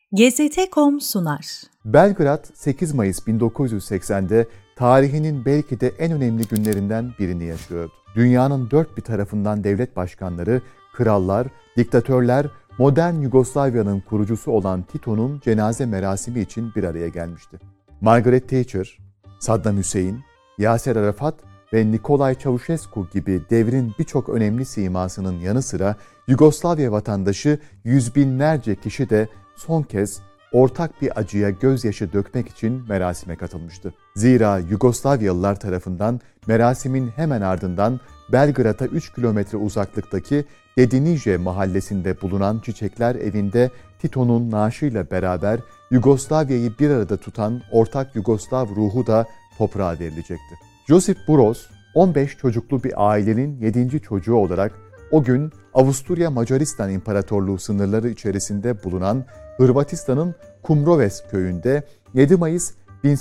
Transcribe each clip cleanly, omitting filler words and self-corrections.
GZT.com sunar. Belgrad 8 Mayıs 1980'de tarihinin belki de en önemli günlerinden birini yaşıyordu. Dünyanın dört bir tarafından devlet başkanları, krallar, diktatörler, modern Yugoslavya'nın kurucusu olan Tito'nun cenaze merasimi için bir araya gelmişti. Margaret Thatcher, Saddam Hüseyin, Yasser Arafat ve Nikolay Çavuşescu gibi devrin birçok önemli simasının yanı sıra Yugoslavya vatandaşı yüz binlerce kişi de son kez ortak bir acıya gözyaşı dökmek için merasime katılmıştı. Zira Yugoslavyalılar tarafından merasimin hemen ardından Belgrad'a 3 kilometre uzaklıktaki Dedinice mahallesinde bulunan Çiçekler Evi'nde Tito'nun naaşıyla beraber Yugoslavya'yı bir arada tutan ortak Yugoslav ruhu da toprağa verilecekti. Josip Broz, 15 çocuklu bir ailenin 7. çocuğu olarak o gün Avusturya Macaristan İmparatorluğu sınırları içerisinde bulunan Hırvatistan'ın Kumrovec köyünde 7 Mayıs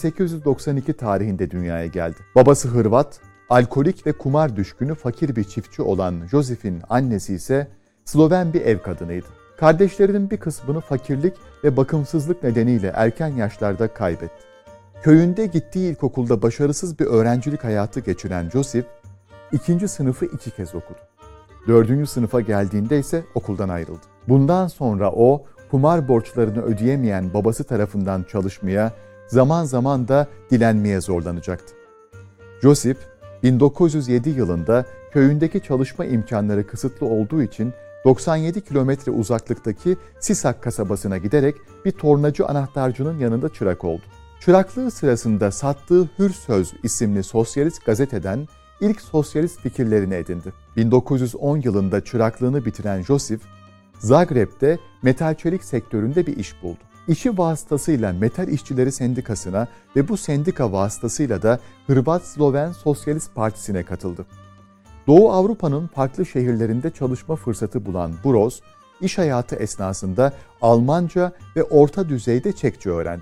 1892 tarihinde dünyaya geldi. Babası Hırvat, alkolik ve kumar düşkünü fakir bir çiftçi olan Josif'in annesi ise Sloven bir ev kadınıydı. Kardeşlerinin bir kısmını fakirlik ve bakımsızlık nedeniyle erken yaşlarda kaybetti. Köyünde gittiği ilkokulda başarısız bir öğrencilik hayatı geçiren Josif, 2. sınıfı 2 kez okudu. 4. sınıfa geldiğinde ise okuldan ayrıldı. Bundan sonra o, kumar borçlarını ödeyemeyen babası tarafından çalışmaya, zaman zaman da dilenmeye zorlanacaktı. Josip, 1907 yılında köyündeki çalışma imkanları kısıtlı olduğu için 97 kilometre uzaklıktaki Sisak kasabasına giderek bir tornacı anahtarcının yanında çırak oldu. Çıraklığı sırasında sattığı Hür Söz isimli sosyalist gazeteden ilk sosyalist fikirlerini edindi. 1910 yılında çıraklığını bitiren Josif, Zagreb'de metal çelik sektöründe bir iş buldu. İşi vasıtasıyla Metal İşçileri Sendikası'na ve bu sendika vasıtasıyla da Hırvat-Sloven Sosyalist Partisi'ne katıldı. Doğu Avrupa'nın farklı şehirlerinde çalışma fırsatı bulan Broz, iş hayatı esnasında Almanca ve orta düzeyde Çekçe öğrendi.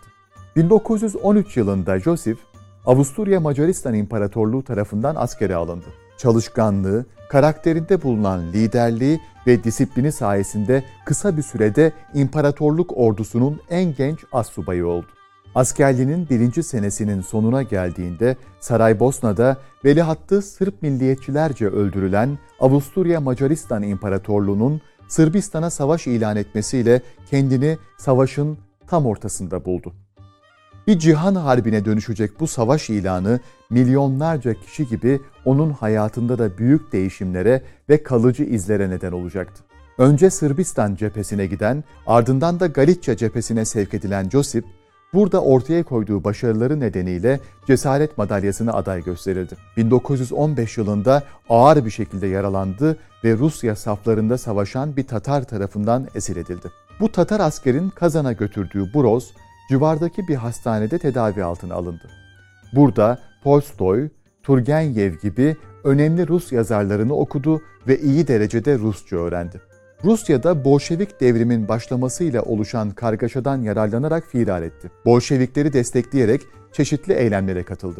1913 yılında Josif, Avusturya Macaristan İmparatorluğu tarafından askere alındı. Çalışkanlığı, karakterinde bulunan liderliği ve disiplini sayesinde kısa bir sürede imparatorluk ordusunun en genç astsubayı oldu. Askerliğinin 1. senesinin sonuna geldiğinde Saraybosna'da veliahtı Sırp milliyetçilerce öldürülen Avusturya Macaristan İmparatorluğu'nun Sırbistan'a savaş ilan etmesiyle kendini savaşın tam ortasında buldu. Bir cihan harbine dönüşecek bu savaş ilanı milyonlarca kişi gibi onun hayatında da büyük değişimlere ve kalıcı izlere neden olacaktı. Önce Sırbistan cephesine giden, ardından da Galicia cephesine sevk edilen Josip, burada ortaya koyduğu başarıları nedeniyle Cesaret Madalyası'na aday gösterildi. 1915 yılında ağır bir şekilde yaralandı ve Rusya saflarında savaşan bir Tatar tarafından esir edildi. Bu Tatar askerin Kazan'a götürdüğü Broz, civardaki bir hastanede tedavi altına alındı. Burada Tolstoy, Turgenev gibi önemli Rus yazarlarını okudu ve iyi derecede Rusça öğrendi. Rusya'da Bolşevik devrimin başlamasıyla oluşan kargaşadan yararlanarak firar etti. Bolşevikleri destekleyerek çeşitli eylemlere katıldı.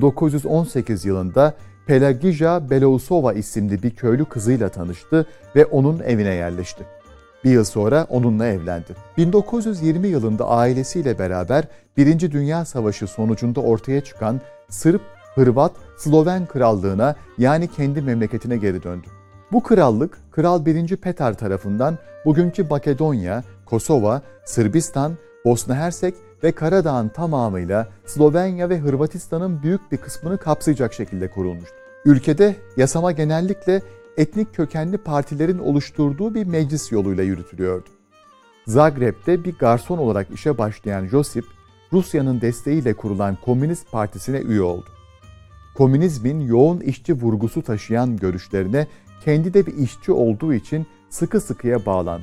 1918 yılında Pelagija Belousova isimli bir köylü kızıyla tanıştı ve onun evine yerleşti. Bir yıl sonra onunla evlendi. 1920 yılında ailesiyle beraber 1. Dünya Savaşı sonucunda ortaya çıkan Sırp, Hırvat, Sloven krallığına yani kendi memleketine geri döndü. Bu krallık Kral 1. Petar tarafından bugünkü Makedonya, Kosova, Sırbistan, Bosna Hersek ve Karadağ'ın tamamıyla Slovenya ve Hırvatistan'ın büyük bir kısmını kapsayacak şekilde kurulmuştu. Ülkede yasama genellikle etnik kökenli partilerin oluşturduğu bir meclis yoluyla yürütülüyordu. Zagreb'de bir garson olarak işe başlayan Josip, Rusya'nın desteğiyle kurulan Komünist Partisi'ne üye oldu. Komünizmin yoğun işçi vurgusu taşıyan görüşlerine kendi de bir işçi olduğu için sıkı sıkıya bağlandı.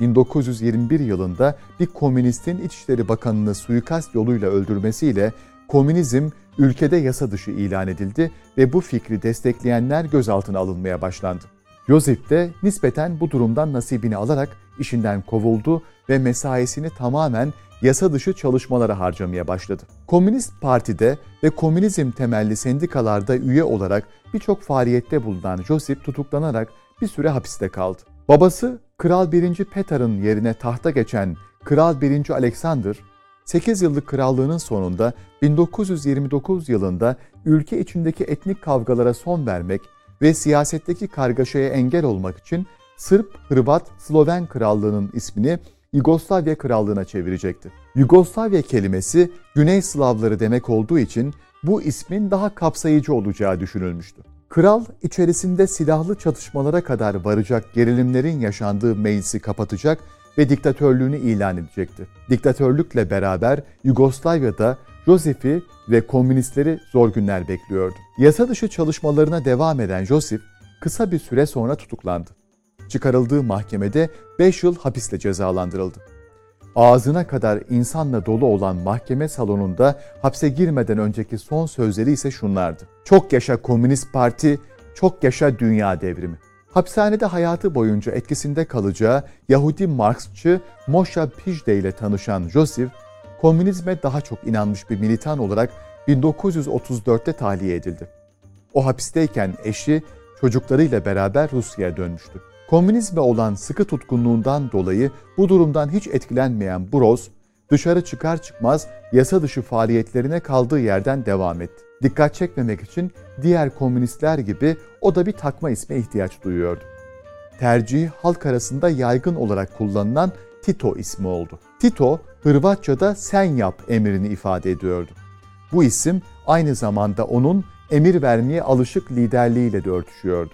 1921 yılında bir komünistin İçişleri Bakanı'nı suikast yoluyla öldürmesiyle komünizm ülkede yasa dışı ilan edildi ve bu fikri destekleyenler gözaltına alınmaya başlandı. Josip de nispeten bu durumdan nasibini alarak işinden kovuldu ve mesaisini tamamen yasa dışı çalışmalara harcamaya başladı. Komünist Parti'de ve komünizm temelli sendikalarda üye olarak birçok faaliyette bulunan Josip tutuklanarak bir süre hapiste kaldı. Babası Kral 1. Petar'ın yerine tahta geçen Kral 1. Alexander, 8 yıllık krallığının sonunda 1929 yılında ülke içindeki etnik kavgalara son vermek ve siyasetteki kargaşaya engel olmak için Sırp, Hırvat, Sloven Krallığı'nın ismini Yugoslavya Krallığı'na çevirecekti. Yugoslavya kelimesi Güney Slavları demek olduğu için bu ismin daha kapsayıcı olacağı düşünülmüştü. Kral, içerisinde silahlı çatışmalara kadar varacak gerilimlerin yaşandığı meclisi kapatacak ve diktatörlüğünü ilan edecekti. Diktatörlükle beraber Yugoslavya'da Josif'i ve komünistleri zor günler bekliyordu. Yasa dışı çalışmalarına devam eden Josif, kısa bir süre sonra tutuklandı. Çıkarıldığı mahkemede 5 yıl hapisle cezalandırıldı. Ağzına kadar insanla dolu olan mahkeme salonunda hapse girmeden önceki son sözleri ise şunlardı: "Çok yaşa Komünist Parti, çok yaşa dünya devrimi." Hapishanede hayatı boyunca etkisinde kalacağı Yahudi Marksçı Moshe Pijde ile tanışan Josif, komünizme daha çok inanmış bir militan olarak 1934'te tahliye edildi. O hapisteyken eşi, çocuklarıyla beraber Rusya'ya dönmüştü. Komünizme olan sıkı tutkunluğundan dolayı bu durumdan hiç etkilenmeyen Broz, dışarı çıkar çıkmaz yasa dışı faaliyetlerine kaldığı yerden devam etti. Dikkat çekmemek için diğer komünistler gibi o da bir takma isme ihtiyaç duyuyordu. Tercihi halk arasında yaygın olarak kullanılan Tito ismi oldu. Tito, Hırvatça'da "sen yap" emrini ifade ediyordu. Bu isim aynı zamanda onun emir vermeye alışık liderliğiyle de örtüşüyordu.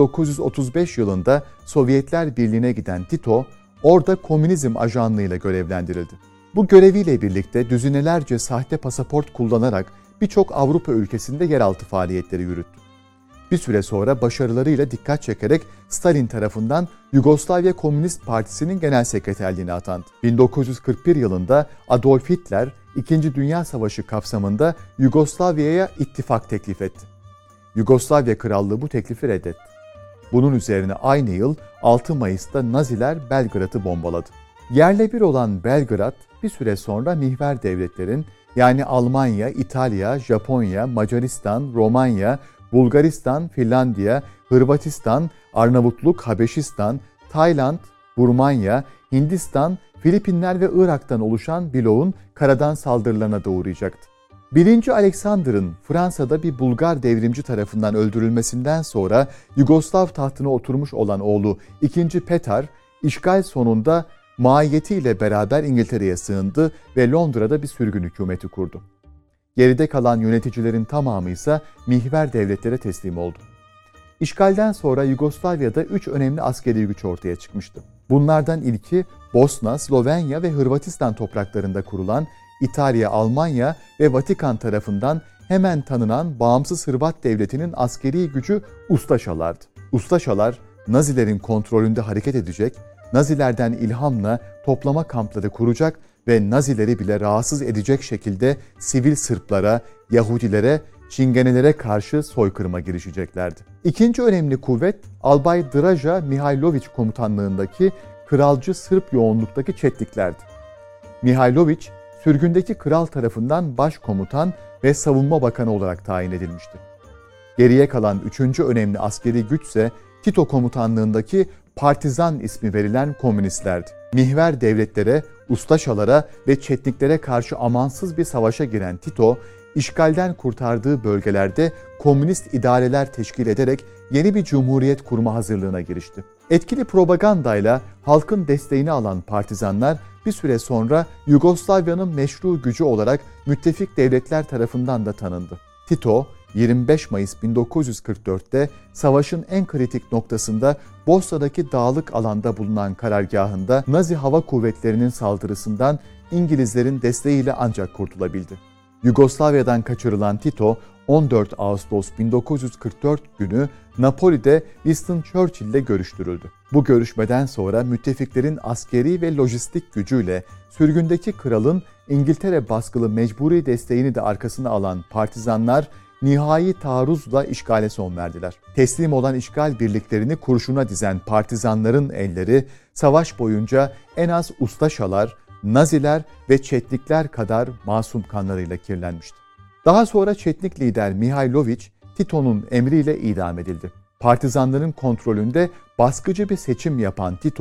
1935 yılında Sovyetler Birliği'ne giden Tito, orada komünizm ajanlığıyla görevlendirildi. Bu göreviyle birlikte düzinelerce sahte pasaport kullanarak birçok Avrupa ülkesinde yeraltı faaliyetleri yürüttü. Bir süre sonra başarılarıyla dikkat çekerek Stalin tarafından Yugoslavya Komünist Partisi'nin genel sekreterliğine atandı. 1941 yılında Adolf Hitler, İkinci Dünya Savaşı kapsamında Yugoslavya'ya ittifak teklif etti. Yugoslavya Krallığı bu teklifi reddetti. Bunun üzerine aynı yıl 6 Mayıs'ta Naziler Belgrad'ı bombaladı. Yerle bir olan Belgrad bir süre sonra mihver devletlerin, yani Almanya, İtalya, Japonya, Macaristan, Romanya, Bulgaristan, Finlandiya, Hırvatistan, Arnavutluk, Habeşistan, Tayland, Burmanya, Hindistan, Filipinler ve Irak'tan oluşan bloğun karadan saldırılarına da uğrayacaktı. 1. Alexander'ın Fransa'da bir Bulgar devrimci tarafından öldürülmesinden sonra Yugoslav tahtına oturmuş olan oğlu 2. Petar, işgal sonunda maiyetiyle beraber İngiltere'ye sığındı ve Londra'da bir sürgün hükümeti kurdu. Geride kalan yöneticilerin tamamı ise mihver devletlere teslim oldu. İşgalden sonra Yugoslavya'da 3 önemli askeri güç ortaya çıkmıştı. Bunlardan ilki Bosna, Slovenya ve Hırvatistan topraklarında kurulan İtalya, Almanya ve Vatikan tarafından hemen tanınan bağımsız Hırvat devletinin askeri gücü Ustaşalardı. Ustaşalar, Nazilerin kontrolünde hareket edecek, Nazilerden ilhamla toplama kampları kuracak ve Nazileri bile rahatsız edecek şekilde sivil Sırplara, Yahudilere, Çingenelere karşı soykırıma girişeceklerdi. İkinci önemli kuvvet, Albay Draža Mihajlović komutanlığındaki kralcı Sırp yoğunluktaki Çetniklerdi. Mihajlović, sürgündeki kral tarafından başkomutan ve savunma bakanı olarak tayin edilmişti. Geriye kalan üçüncü önemli askeri güçse Tito komutanlığındaki Partizan ismi verilen komünistlerdi. Mihver devletlere, Ustaşalara ve Çetniklere karşı amansız bir savaşa giren Tito, işgalden kurtardığı bölgelerde komünist idareler teşkil ederek yeni bir cumhuriyet kurma hazırlığına girişti. Etkili propagandayla halkın desteğini alan partizanlar bir süre sonra Yugoslavya'nın meşru gücü olarak müttefik devletler tarafından da tanındı. Tito, 25 Mayıs 1944'te savaşın en kritik noktasında Bosna'daki dağlık alanda bulunan karargahında Nazi hava kuvvetlerinin saldırısından İngilizlerin desteğiyle ancak kurtulabildi. Yugoslavya'dan kaçırılan Tito, 14 Ağustos 1944 günü Napoli'de Winston Churchill ile görüştürüldü. Bu görüşmeden sonra müttefiklerin askeri ve lojistik gücüyle sürgündeki kralın İngiltere baskılı mecburi desteğini de arkasına alan partizanlar nihai taarruzla işgale son verdiler. Teslim olan işgal birliklerini kurşuna dizen partizanların elleri savaş boyunca en az Ustaşalar, Naziler ve Çetnikler kadar masum kanlarıyla kirlenmişti. Daha sonra Çetnik lider Mihajlović, Tito'nun emriyle idam edildi. Partizanların kontrolünde baskıcı bir seçim yapan Tito,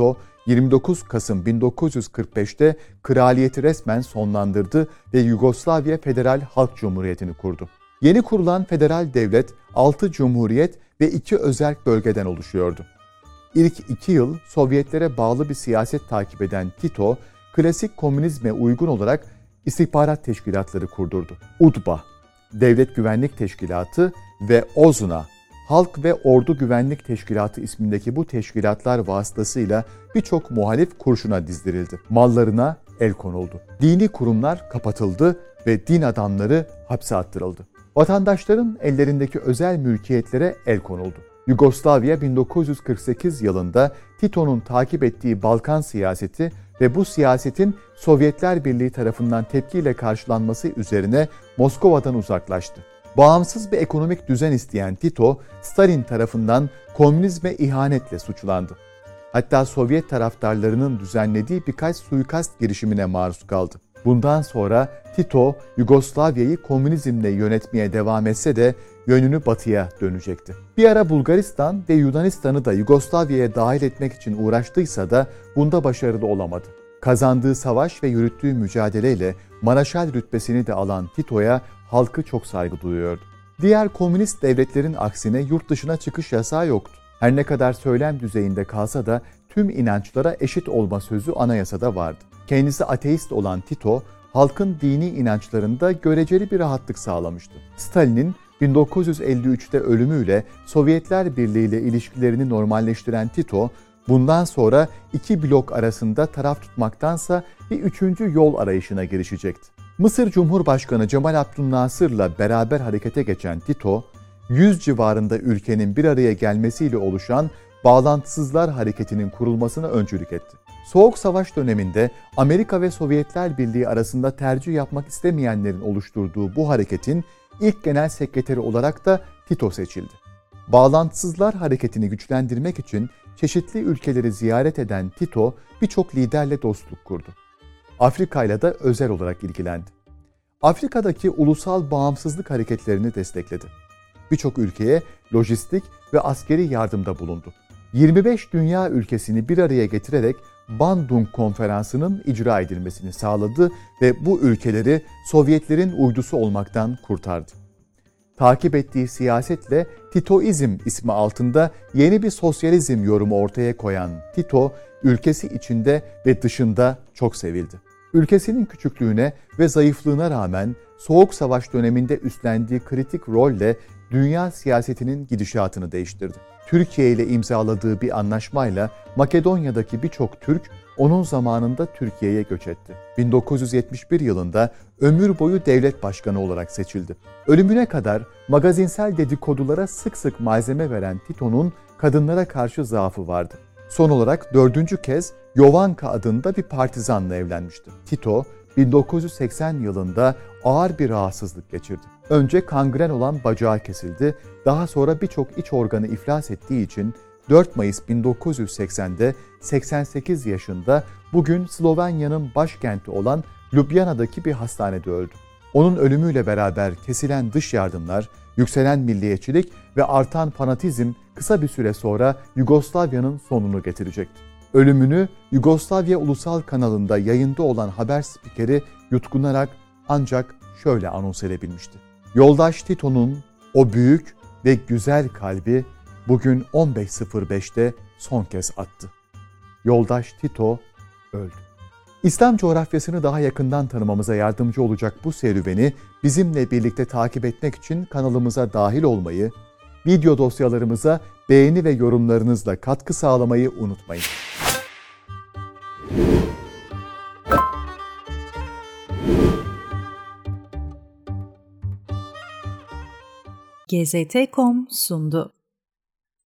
29 Kasım 1945'te kraliyeti resmen sonlandırdı ve Yugoslavya Federal Halk Cumhuriyeti'ni kurdu. Yeni kurulan federal devlet 6 cumhuriyet ve 2 özerk bölgeden oluşuyordu. İlk 2 yıl Sovyetlere bağlı bir siyaset takip eden Tito, klasik komünizme uygun olarak istihbarat teşkilatları kurdurdu. UDBA, Devlet Güvenlik Teşkilatı ve OZNA, Halk ve Ordu Güvenlik Teşkilatı ismindeki bu teşkilatlar vasıtasıyla birçok muhalif kurşuna dizdirildi. Mallarına el konuldu. Dini kurumlar kapatıldı ve din adamları hapse attırıldı. Vatandaşların ellerindeki özel mülkiyetlere el konuldu. Yugoslavya 1948 yılında Tito'nun takip ettiği Balkan siyaseti ve bu siyasetin Sovyetler Birliği tarafından tepkiyle karşılanması üzerine Moskova'dan uzaklaştı. Bağımsız bir ekonomik düzen isteyen Tito, Stalin tarafından komünizme ihanetle suçlandı. Hatta Sovyet taraftarlarının düzenlediği birkaç suikast girişimine maruz kaldı. Bundan sonra Tito, Yugoslavya'yı komünizmle yönetmeye devam etse de yönünü batıya dönecekti. Bir ara Bulgaristan ve Yunanistan'ı da Yugoslavya'ya dahil etmek için uğraştıysa da bunda başarılı olamadı. Kazandığı savaş ve yürüttüğü mücadeleyle Maraşal rütbesini de alan Tito'ya halkı çok saygı duyuyordu. Diğer komünist devletlerin aksine yurt dışına çıkış yasağı yoktu. Her ne kadar söylem düzeyinde kalsa da tüm inançlara eşit olma sözü anayasada vardı. Kendisi ateist olan Tito, halkın dini inançlarında göreceli bir rahatlık sağlamıştı. Stalin'in 1953'te ölümüyle Sovyetler Birliği ile ilişkilerini normalleştiren Tito, bundan sonra iki blok arasında taraf tutmaktansa bir üçüncü yol arayışına girişecekti. Mısır Cumhurbaşkanı Cemal Abdülnasır'la beraber harekete geçen Tito, 100 civarında ülkenin bir araya gelmesiyle oluşan Bağlantısızlar Hareketi'nin kurulmasına öncülük etti. Soğuk Savaş döneminde Amerika ve Sovyetler Birliği arasında tercih yapmak istemeyenlerin oluşturduğu bu hareketin ilk genel sekreteri olarak da Tito seçildi. Bağlantısızlar Hareketi'ni güçlendirmek için çeşitli ülkeleri ziyaret eden Tito birçok liderle dostluk kurdu. Afrika ile de özel olarak ilgilendi. Afrika'daki ulusal bağımsızlık hareketlerini destekledi. Birçok ülkeye lojistik ve askeri yardımda bulundu. 25 dünya ülkesini bir araya getirerek Bandung Konferansı'nın icra edilmesini sağladı ve bu ülkeleri Sovyetlerin uydusu olmaktan kurtardı. Takip ettiği siyasetle Titoizm ismi altında yeni bir sosyalizm yorumu ortaya koyan Tito, ülkesi içinde ve dışında çok sevildi. Ülkesinin küçüklüğüne ve zayıflığına rağmen Soğuk Savaş döneminde üstlendiği kritik rolle dünya siyasetinin gidişatını değiştirdi. Türkiye ile imzaladığı bir anlaşmayla Makedonya'daki birçok Türk onun zamanında Türkiye'ye göç etti. 1971 yılında ömür boyu devlet başkanı olarak seçildi. Ölümüne kadar magazinsel dedikodulara sık sık malzeme veren Tito'nun kadınlara karşı zaafı vardı. Son olarak 4. kez Jovanka adında bir partizanla evlenmişti. Tito, 1980 yılında ağır bir rahatsızlık geçirdi. Önce kangren olan bacağı kesildi, daha sonra birçok iç organı iflas ettiği için 4 Mayıs 1980'de 88 yaşında bugün Slovenya'nın başkenti olan Ljubljana'daki bir hastanede öldü. Onun ölümüyle beraber kesilen dış yardımlar, yükselen milliyetçilik ve artan fanatizm kısa bir süre sonra Yugoslavya'nın sonunu getirecekti. Ölümünü Yugoslavya Ulusal kanalında yayında olan haber spikeri yutkunarak ancak şöyle anons edebilmişti. Yoldaş Tito'nun o büyük ve güzel kalbi bugün 15.05'te son kez attı. Yoldaş Tito öldü. İslam coğrafyasını daha yakından tanımamıza yardımcı olacak bu serüveni bizimle birlikte takip etmek için kanalımıza dahil olmayı, video dosyalarımıza beğeni ve yorumlarınızla katkı sağlamayı unutmayın. GZT.com sundu.